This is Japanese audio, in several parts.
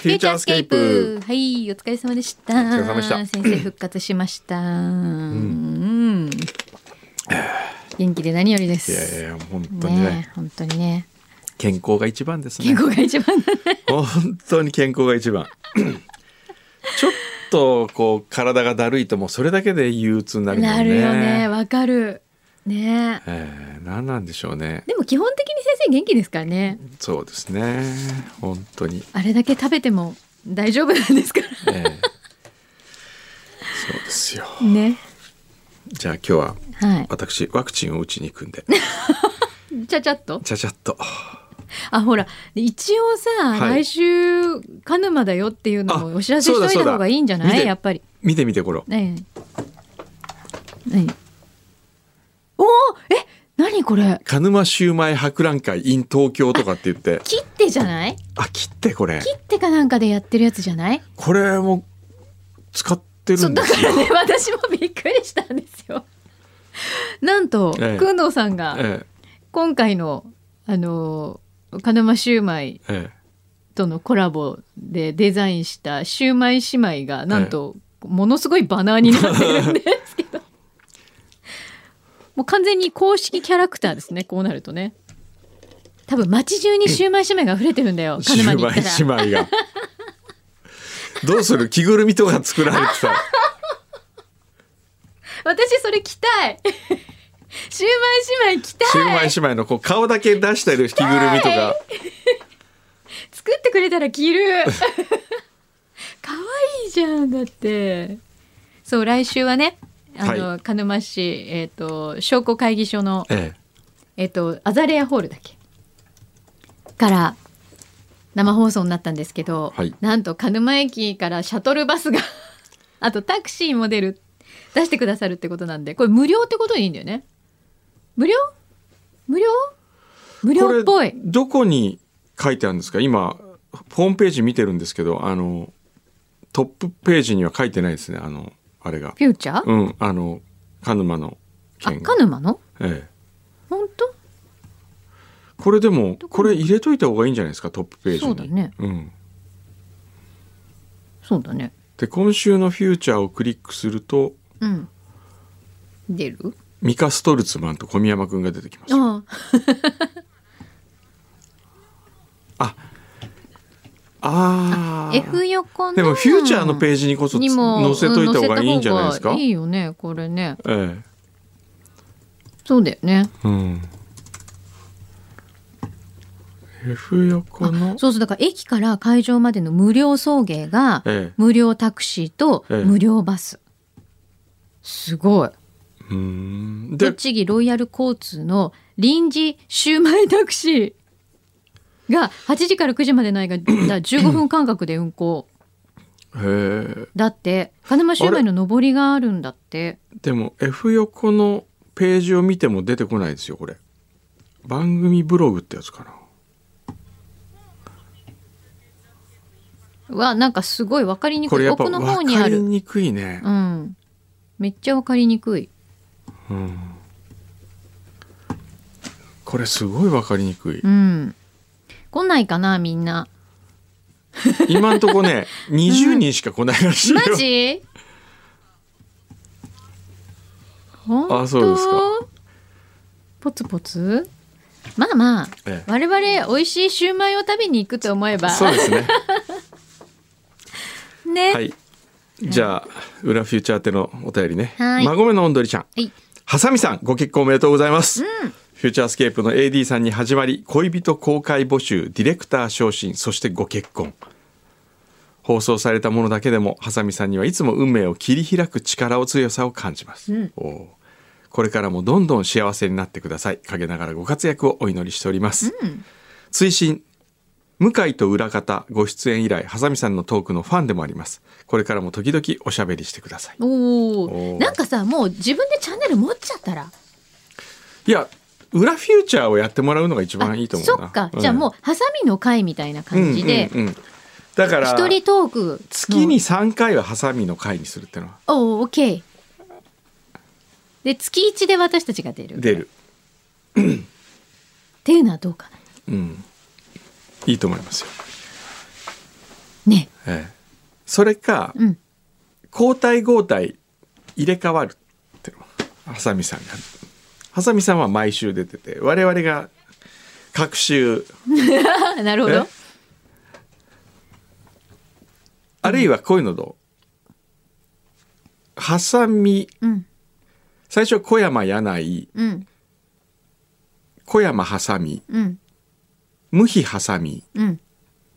フューチャースケープ。 はい、お疲れ様でした。 お疲れ様でした。 先生復活しました。元気で何よりです。 いや本当にね。 本当にね。 健康が一番ですね。 健康が一番だね。 本当に健康が一番。ちょっとこう体がだるいともうそれだけで憂鬱になるもんね。 なるよね。わかる。ね。 何なんでしょうね。 でも基本的に先生元気ですからね。 そうですね。本当に。 あれだけ食べても大丈夫なんですから。 そうですよ。 ね。 じゃあ今日は、 はい、 私ワクチンを打ちに行くんで。 ちゃちゃっと。 ちゃちゃっと。 あ、ほら一応さ、来週鹿沼だよっていうのもお知らせしといた方がいいんじゃない？やっぱり見てこれ。 おお、何これ？ 鹿沼シウマイ博覧会 in 東京とかって言って。 切手じゃない？ 切手これ。 切手かなんかでやってるやつじゃない？ これも使ってるんですよ。 だからね、私もびっくりしたんですよ。なんと、工藤さんが今回の鹿沼シウマイとのコラボでデザインしたシウマイ姉妹がなんとものすごいバナーになってるんですけど、もう完全に公式キャラクターですね。こうなるとね、多分街中にシウマイ姉妹が溢れてるんだよ。鹿沼に行ったらシウマイ姉妹がどうする？着ぐるみとか作られてた。 私それ着たい。シウマイ姉妹着たい。 シウマイ姉妹のこう顔だけ出してる着ぐるみとか作ってくれたら着る。可愛いじゃん。だってそう、来週はね、鹿沼市、商工会議所の、アザレアホールだっけから生放送になったんですけど、なんと鹿沼駅からシャトルバスがあとタクシーも出してくださるってことなんで、これ無料ってことでいいんだよね。無料っぽい。 どこに書いてあるんですか？今ホームページ見てるんですけど、トップページには書いてないですね。あれがフューチャー？鹿沼の件が。 鹿沼の？本当？ これでもこれ入れといた方がいいんじゃないですか？トップページに。 そうだね。そうだね。 で今週のフューチャーをクリックすると、 出る？ ミカ・ストルツマンと小宮山くんが出てきます。 F 横のでもフューチャーのページにこそ載せといた方がいいんじゃないですか？ いいよね、これね。そうだよね。 F 横のそうだから駅から会場までの無料送迎が、無料タクシーと無料バス、すごい。栃木ロイヤル交通の臨時シウマイタクシーが8時から9時までの間15分間隔で運行。だって鹿沼シウマイの上りがあるんだって。 でも F 横のページを見ても出てこないですよ。これ番組ブログってやつかな。 なんかすごい分かりにくい。 これやっぱ奥の方にある。 分かりにくいね。 めっちゃ分かりにくい。 これすごい分かりにくい。 来ないかなみんな。 今んとこね20人しか来ないらしいよ。 マジ？本当？ そうですか。 ポツポツ。まあ、我々美味しいシュウマイを食べに行くと思えば。 そうですね。 ね。 はい。じゃあ裏フューチャー宛てのお便りね。馬込のおんどりちゃん。はさみさん、ご結婚おめでとうございます。フューチャースケープの AD さんに始まり、恋人公開募集、ディレクター昇進、そしてご結婚。放送されたものだけでもはさみさんにはいつも運命を切り開く力強さを感じます。これからもどんどん幸せになってください。陰ながらご活躍をお祈りしております。追伸、向井と裏方ご出演以来、はさみさんのトークのファンでもあります。これからも時々おしゃべりしてください。 なんかさ、もう自分でチャンネル持っちゃったら。 いや、裏フューチャーをやってもらうのが一番いいと思うな。 そっか、じゃあもうハサミの会みたいな感じで、 だから一人トーク月に3回はハサミの会にするってのは。 オッケー。で月1で私たちが出るっていうのはどうかな。 いいと思いますよ。 ね。 それか、 うん、 交代交代入れ替わるってハサミさんが。ハサミさんは毎週出てて、我々が各週なるほど。 あるいはこういうのどう？ハサミ、 うん、 最初小山柳井、 うん、 小山ハサミ、 うん、 無比ハサミ、 うん、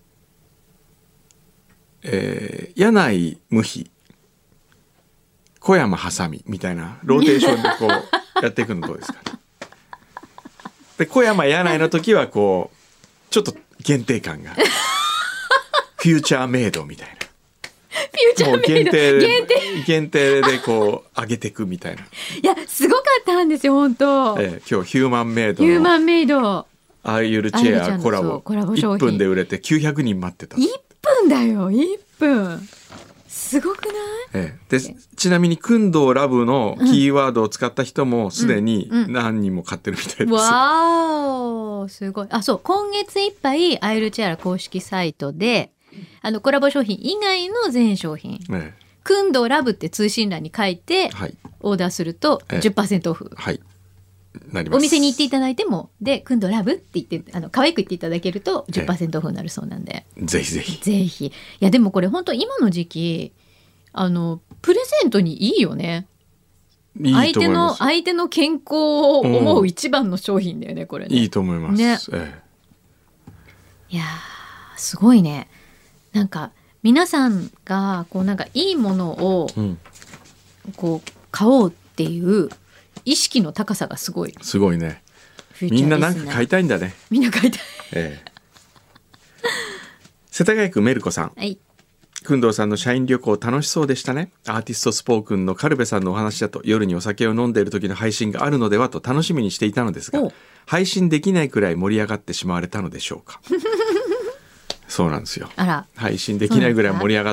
柳井無比、小山ハサミみたいなローテーションでこうやっていくのどうですかね。で小山柳井の時はこうちょっと限定感がフューチャーメイドみたいな。もう限定でこう上げていくみたいな。いやすごかったんですよ本当。 今日ヒューマンメイドヒューマンメイドアーユルチェアコラボ1分で売れて900人待ってた。 1分だよ1分。すごくない？ でちなみにクンドーラブのキーワードを使った人もすでに何人も買ってるみたいです。 わーすごい。あ、そう今月いっぱいアイルチェア公式サイトでコラボ商品以外の全商品、クンドーラブって通信欄に書いて、オーダーすると 10% オフ、 なります。 お店に行っていただいてもでクンドーラブって言って可愛く言っていただけると 10% オフになるそうなんで、 ぜひぜひぜひ。いやでもこれ本当今の時期プレゼントにいいよね。 いいと思います。 相手の健康を思う一番の商品だよねこれね。 いいと思います、 ね。いやすごいね。なんか皆さんがこうなんかいいものをこう買おうっていう意識の高さがすごい。 すごいね。みんななんか買いたいんだね。 みんな買いたい。 世田谷区メルコさん。 はい。 工藤さんの社員旅行楽しそうでしたね。アーティストスポークンのカルベさんのお話だと夜にお酒を飲んでいる時の配信があるのではと楽しみにしていたのですが、配信できないくらい盛り上がってしまわれたのでしょうか。そうなんですよ。 あら。 配信できないぐらい盛り上がって、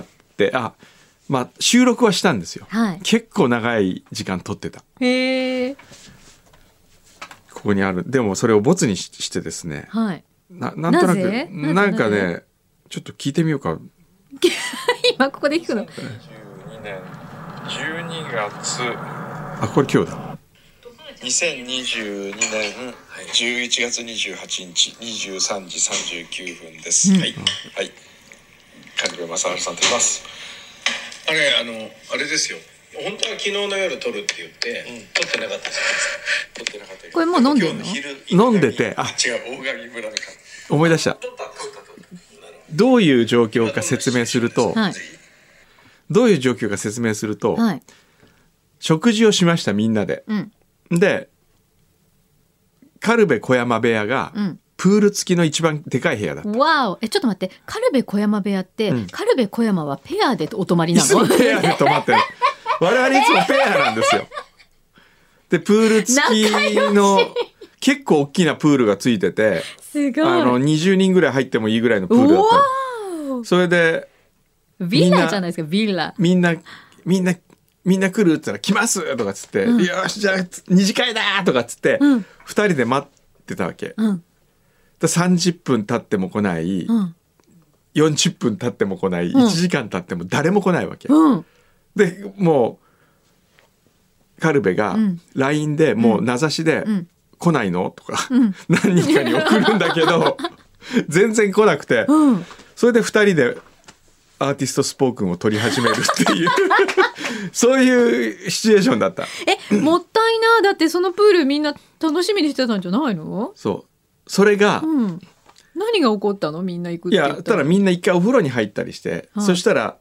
まあ収録はしたんですよ。結構長い時間撮ってた。 へー。 ここにある。でもそれをボツにしてですね。なんとなくなんかね、ちょっと聞いてみようか。 今ここで聞くの。 2022年12月。これ今日だ。 2022年11月28日23時39分です。はい。カルベ正治さんと言います。あれですよ。本当は昨日の夜撮るって言って、撮ってなかったじゃないですか。撮ってなかった。 これもう飲んでるの？飲んでて、 違う、大垣村のか。 思い出した。どういう状況か説明すると、食事をしましたみんなで。で、カルベ小山部屋が、プール付きの一番でかい部屋だった。 わお。ちょっと待って、カルベ小山部屋って、カルベ小山はペアでお泊まりなの？ いつもペアで泊まってる。我々いつもペアなんですよ。でプール付きの結構大きなプールがついてて、 すごい 20人ぐらい入ってもいいぐらいのプールだった。それでビラじゃないですか。ビラ。 みんな来るって言ったら来ますとかっつって、よしじゃあ二次会だとかっつって、2人で待ってたわけ。30分経っても来ない、40分経っても来ない、1時間経っても誰も来ないわけ。でもうカルベが LINE でもう名指しで、来ないのとか、何人かに送るんだけど全然来なくて、それで2人でアーティストスポークンを撮り始めるっていうそういうシチュエーションだった。 もったいな。だってそのプールみんな楽しみにしてたんじゃないの？ それが、 何が起こったの？みんな行くって言ったら。 ただみんな一回お風呂に入ったりして、そしたら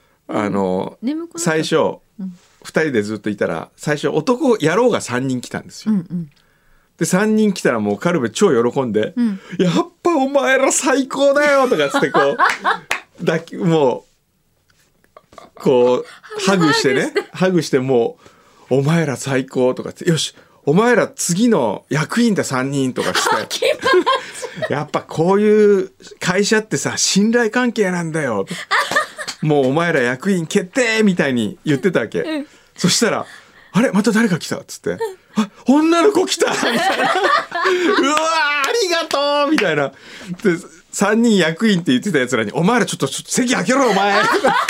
最初、2人でずっといたら最初野郎が3人来たんですよ。で3人来たらもうカルベ超喜んで、やっぱお前ら最高だよとかつってこうもうこうハグしてもうお前ら最高とかってよしお前ら次の役員だ3人とかしてやっぱこういう会社ってさ信頼関係なんだよもうお前ら役員決定みたいに言ってたわけ。そしたらあれまた誰か来たっつって女の子来たみたいなうわありがとうみたいな。で 3人役員って言ってたやつらにお前らちょっと席開けろお前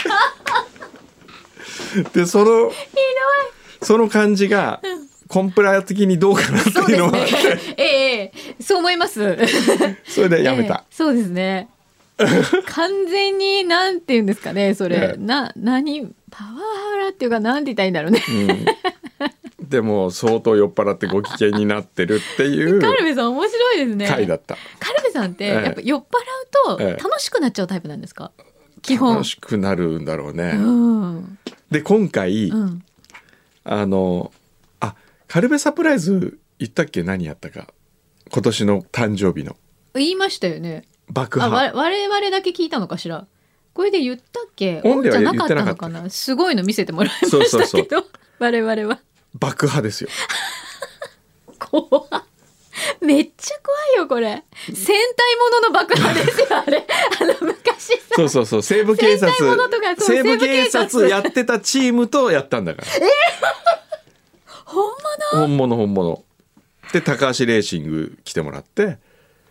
でその感じがコンプラ的にどうかなっていうのはあってそう思いますそれでやめた、 そうですね完全になんて言うんですかねそれ、何パワハラっていうかなんて言ったらいいんだろうね、 でも相当酔っ払ってご機嫌になってるっていうカルベさん面白いですね回だった。 カルベさんってやっぱ酔っ払うと楽しくなっちゃうタイプなんですか、基本楽しくなるんだろうね、で今回、カルベサプライズ言ったっけ、何やったか、今年の誕生日の言いましたよね。 爆破、 我々だけ聞いたのかしら。これで言ったっけ、 オンではじゃなかったのかな。すごいの見せてもらいましたけど我々は爆破ですよ怖っ、めっちゃ怖いよこれ。戦隊ものの爆破ですよあれ昔さ、 そう西部警察西部警察やってたチームとやったんだから本物で高橋レーシング来てもらって、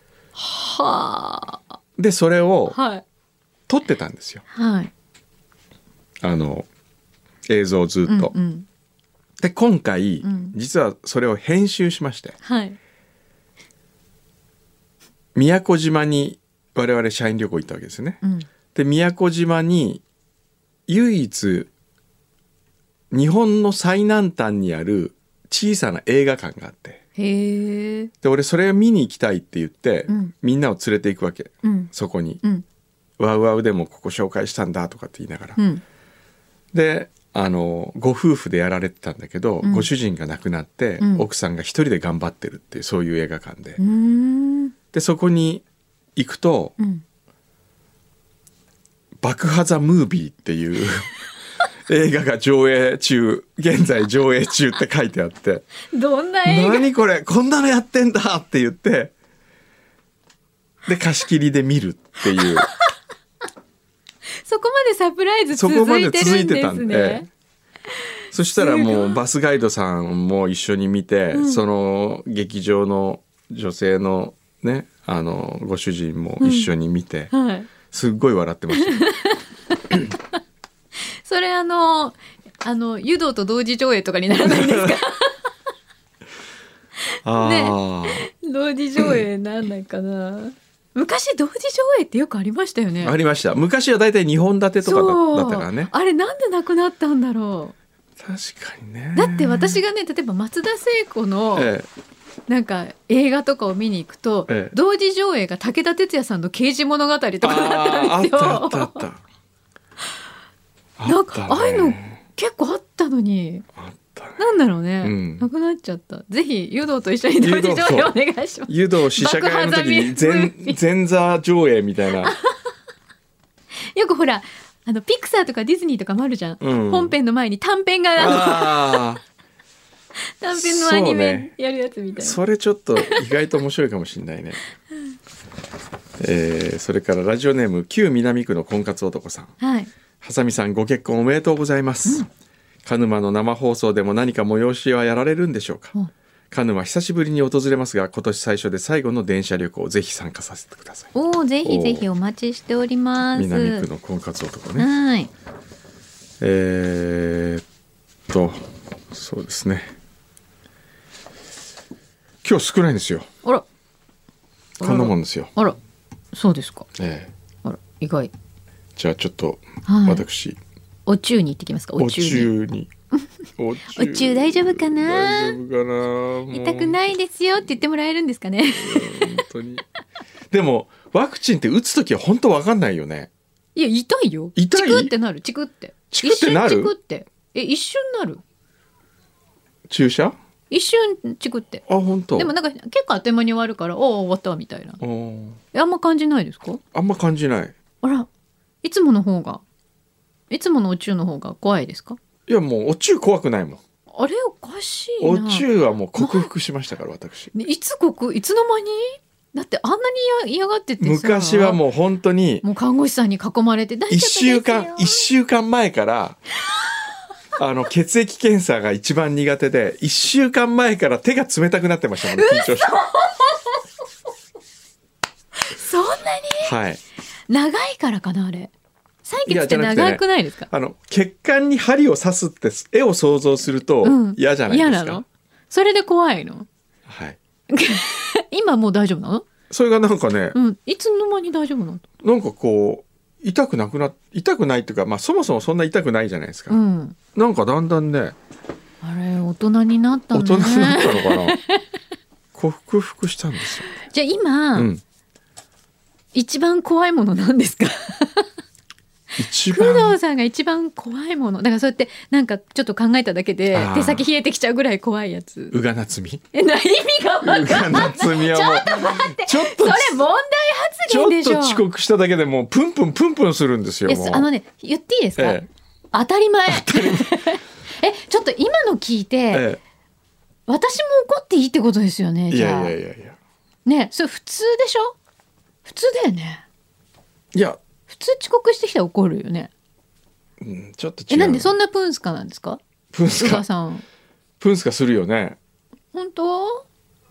はあ、 でそれを撮ってたんですよ、 はい、 映像をずっと、で今回、実はそれを編集しまして、 はい、 宮古島に我々社員旅行行ったわけですね、で宮古島に唯一日本の最南端にある小さな映画館があって、 へー、 で俺それを見に行きたいって言って、みんなを連れて行くわけ、そこに、ワウワウでもここ紹介したんだとかって言いながら、でご夫婦でやられてたんだけど、ご主人が亡くなって、奥さんが一人で頑張ってるっていう、そういう映画館で、でそこに行くと、爆破ザムービーっていう映画が現在上映中って書いてあって、 どんな映画、 何これこんなのやってんだって言って、で貸し切りで見るっていうそこまでサプライズ続いてるんですね。 そしたらもうバスガイドさんも一緒に見て、その劇場の女性のね、ご主人も一緒に見て、すっごい笑ってましたそれ湯道と同時上映とかにならないんですかね、同時上映なんないかな昔同時上映ってよくありましたよね。 ありました。昔はだいたい2本立てとかだったからね。 あれなんでなくなったんだろう。 確かにね。 だって私がね、例えば松田聖子の、なんか映画とかを見に行くと、同時上映が武田鉄矢さんの刑事物語とかだったんですよ。 あったなんかああいうの結構あったのに、なんだろうね、なくなっちゃった。ぜひ湯道と一緒に同時上映お願いします。 湯道試写会の時に前座上映みたいなよくほらピクサーとかディズニーとかもあるじゃん、本編の前に短編が短編のアニメやるやつみたいな。 それちょっと意外と面白いかもしれないねそれからラジオネーム旧南区の婚活男さん、はさみさんご結婚おめでとうございます、鹿沼の生放送でも何か催しはやられるんでしょうか。鹿沼久しぶりに訪れますが、今年最初で最後の電車旅行、ぜひ参加させてください。 ぜひぜひお待ちしております。 南区の婚活男ね。そうですね、今日少ないんですよ。 あら、 こんなもんですよ。 あら、そうですか。あら、意外。 じゃあちょっと、私お中に行ってきますか。お中にお中大丈夫かな。痛くないですよって言ってもらえるんですかね本当にでもワクチンって打つときは本当わかんないよね。 いや痛いよ。チクってなる。チクってなる。一瞬なる。 注射一瞬チクって。 本当。 でもなんか結構あっという間に終わるから、終わったみたいな。あんま感じないですか。 あんま感じない。 あら、いつものお中の方が怖いですか。 いやもうお中怖くないもん。 あれおかしいな。 お中はもう克服しましたから私。 いつの間に。だってあんなに嫌がっててさ。 昔はもう本当にもう看護師さんに囲まれて 1週間前から血液検査が一番苦手で、1週間前から手が冷たくなってましたもんね、緊張して。 そんなにはい。 長いからかなあれ。採血って長くないですか？ 血管に針を刺すって絵を想像すると嫌じゃないですか。 嫌なの？それで怖いの？ はい。 今もう大丈夫なの？ それがなんかね、 いつの間に大丈夫なの？ なんかこう痛くないっていうか、まあそもそもそんな痛くないじゃないですか。なんかだんだんね、 あれ大人になったね。 大人になったのかな。克服したんですよ。 じゃあ今、一番怖いものなんですか？工藤さんが一番怖いもの、だからそうやってなんかちょっと考えただけで手先冷えてきちゃうぐらい怖いやつ。 宇賀なつみ。 意味が分かんない。宇賀なつみはもうちょっと待って、それ問題発言でしょ。 ちょっと遅刻しただけでもうプンプンするんですよ。 言っていいですか？当たり前。ちょっと今の聞いて、私も怒っていいってことですよね。じゃあ。いやね、それ普通でしょ？普通だよね。 いや。 普通遅刻してきたら怒るよね。 ちょっと違う。 なんでそんなプンスカなんですか？ プンスカするよね。 本当？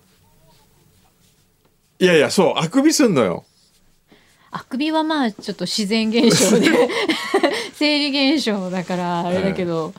いやそうあくびすんのよ。 あくびはまあちょっと自然現象で生理現象だからあれだけど、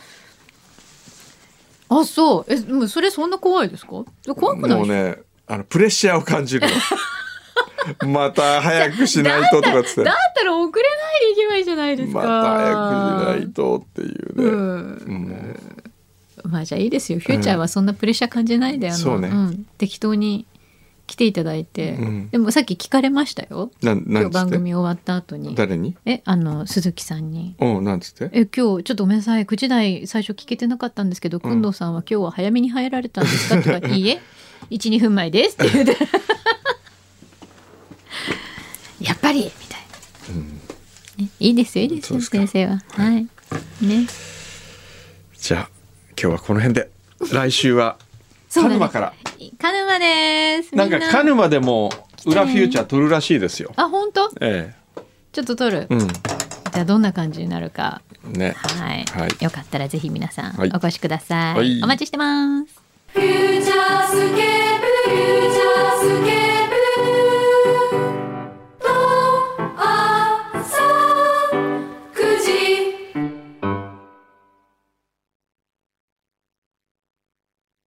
あそうもうそれそんな怖いですか？怖くない？ もうねプレッシャーを感じるの。また早くしないととかつって。 だったら遅れないでいけばいいじゃないですか。 また早くしないとっていうね。 まあじゃあいいですよ。フューチャーはそんなプレッシャー感じないで、 そうね、 適当に来ていただいて、でもさっき聞かれましたよ。今日番組終わった後に。 誰に？ 鈴木さんに。 なんつって？ 今日ちょっとごめんなさい、9時台最初聞けてなかったんですけど、工藤さんは今日は早めに入られたんですかとか、いいえ 1,2 分前ですって言ってやっぱりみたいな、いいですよ先生は。はいね。 じゃあ今日はこの辺で、来週は鹿沼から。 鹿沼です。 なんか鹿沼でも裏フューチャー撮るらしいですよ。 あ本当？ちょっと撮る。じゃあどんな感じになるかね。はい。よかったらぜひ皆さんお越しください。お待ちしてます。フューチャースケープ